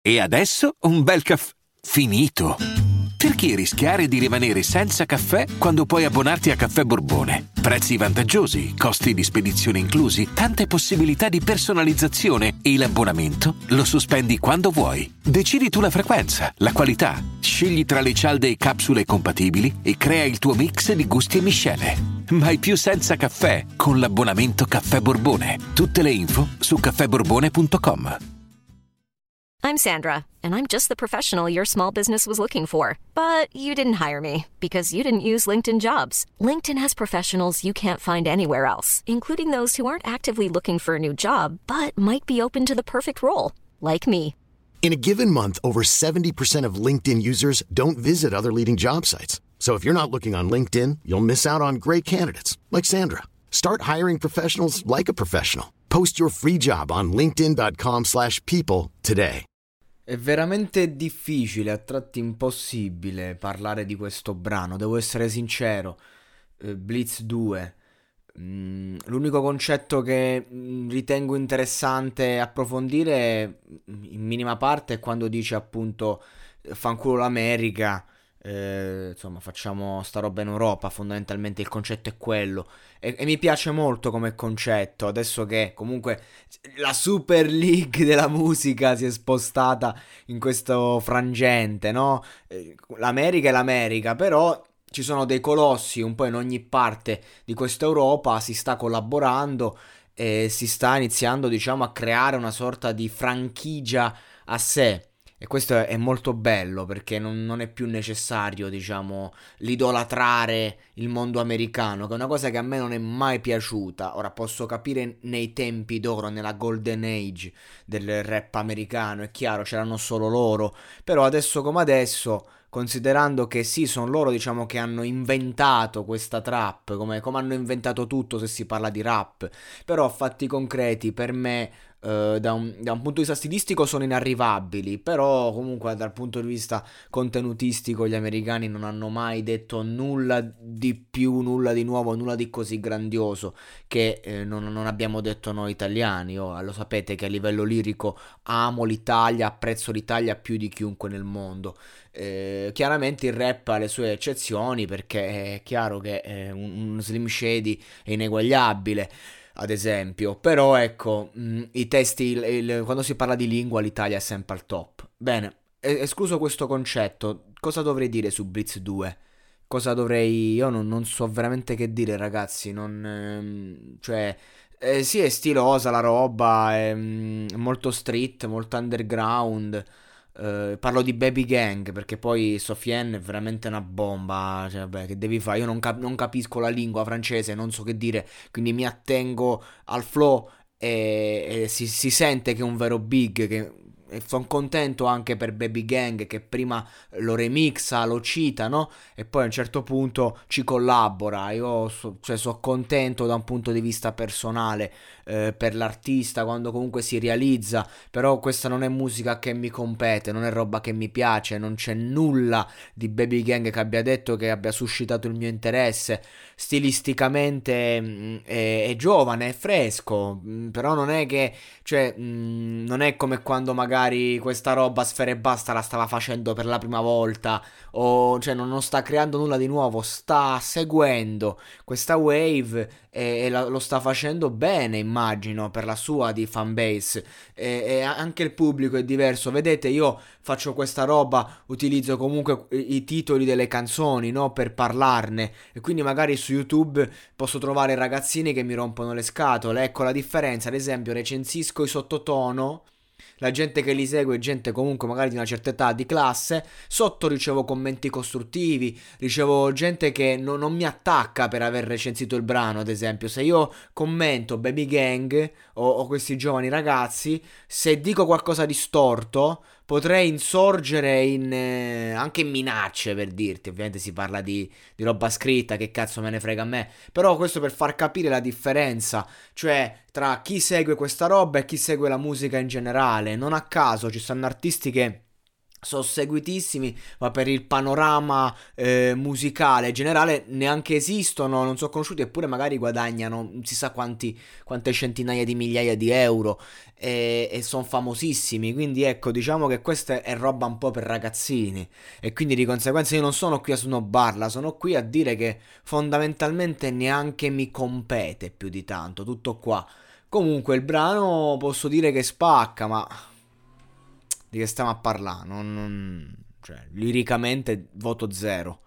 E adesso un bel caffè finito. Perché rischiare di rimanere senza caffè quando puoi abbonarti a Caffè Borbone? Prezzi vantaggiosi, costi di spedizione inclusi, tante possibilità di personalizzazione e l'abbonamento lo sospendi quando vuoi. Decidi tu la frequenza, la qualità, scegli tra le cialde e capsule compatibili e crea il tuo mix di gusti e miscele. Mai più senza caffè con l'abbonamento Caffè Borbone. Tutte le info su caffèborbone.com. I'm Sandra, and I'm just the professional your small business was looking for. But you didn't hire me because you didn't use LinkedIn Jobs. LinkedIn has professionals you can't find anywhere else, including those who aren't actively looking for a new job, but might be open to the perfect role, like me. In a given month, over 70% of LinkedIn users don't visit other leading job sites. So if you're not looking on LinkedIn, you'll miss out on great candidates like Sandra. Start hiring professionals like a professional. Post your free job on linkedin.com/people today. È veramente difficile, a tratti impossibile, parlare di questo brano, devo essere sincero. Blitz 2. L'unico concetto che ritengo interessante approfondire in minima parte è quando dice appunto fanculo l'America, insomma facciamo sta roba in Europa, fondamentalmente il concetto è quello e mi piace molto come concetto, adesso che comunque la Super League della musica si è spostata in questo frangente, no? L'America è l'America, però ci sono dei colossi un po' in ogni parte di questa Europa, si sta collaborando e si sta iniziando, diciamo, a creare una sorta di franchigia a sé. E questo è molto bello perché non è più necessario, diciamo, l'idolatrare il mondo americano, che è una cosa che a me non è mai piaciuta. Ora posso capire nei tempi d'oro, nella golden age del rap americano, è chiaro, c'erano solo loro, però adesso come adesso, considerando che sì, sono loro, diciamo, che hanno inventato questa trap, come hanno inventato tutto se si parla di rap, però a fatti concreti per me da un punto di vista stilistico sono inarrivabili, però comunque dal punto di vista contenutistico gli americani non hanno mai detto nulla di più, nulla di nuovo, nulla di così grandioso che non abbiamo detto noi italiani. Lo sapete che a livello lirico amo l'Italia, apprezzo l'Italia più di chiunque nel mondo. Chiaramente il rap ha le sue eccezioni, perché è chiaro che un Slim Shady è ineguagliabile, ad esempio, però ecco, i testi, quando si parla di lingua l'Italia è sempre al top. Bene, escluso questo concetto, cosa dovrei dire su Blitz 2? Cosa dovrei... io non so veramente che dire, ragazzi, cioè... sì, è stilosa la roba, è molto street, molto underground. Parlo di Baby Gang perché poi Sofiane è veramente una bomba, cioè, vabbè, che devi fare? Io non capisco la lingua francese, non so che dire, quindi mi attengo al flow e si sente che è un vero big, e sono contento anche per Baby Gang che prima lo remixa, lo cita, no? E poi a un certo punto ci collabora. Io sono contento da un punto di vista personale per l'artista quando comunque si realizza, però questa non è musica che mi compete, non è roba che mi piace, non c'è nulla di Baby Gang che abbia detto che abbia suscitato il mio interesse. Stilisticamente è giovane, è fresco, però non è che, cioè, non è come quando magari questa roba Sfera Ebbasta la stava facendo per la prima volta, o cioè non sta creando nulla di nuovo, sta seguendo questa wave e lo sta facendo bene, immagino, per la sua di fanbase, e anche il pubblico è diverso. Vedete, io faccio questa roba, utilizzo comunque i titoli delle canzoni, no, per parlarne, e quindi magari su YouTube posso trovare ragazzini che mi rompono le scatole. Ecco la differenza, ad esempio recensisco i Sottotono, la gente che li segue è gente comunque magari di una certa età, di classe, sotto ricevo commenti costruttivi, ricevo gente che non mi attacca per aver recensito il brano. Ad esempio, se io commento Baby Gang o questi giovani ragazzi, se dico qualcosa di storto potrei insorgere anche in minacce, per dirti. Ovviamente si parla di roba scritta, che cazzo me ne frega a me, però questo per far capire la differenza, cioè tra chi segue questa roba e chi segue la musica in generale. Non a caso ci stanno artisti che sono seguitissimi, ma per il panorama musicale generale neanche esistono, non sono conosciuti, eppure magari guadagnano non si sa quante centinaia di migliaia di euro, e sono famosissimi. Quindi ecco, diciamo che questa è roba un po' per ragazzini, e quindi di conseguenza io non sono qui a snobbarla, sono qui a dire che fondamentalmente neanche mi compete più di tanto, tutto qua. Comunque il brano posso dire che spacca, ma di che stiamo a parlare? Cioè, liricamente voto 0.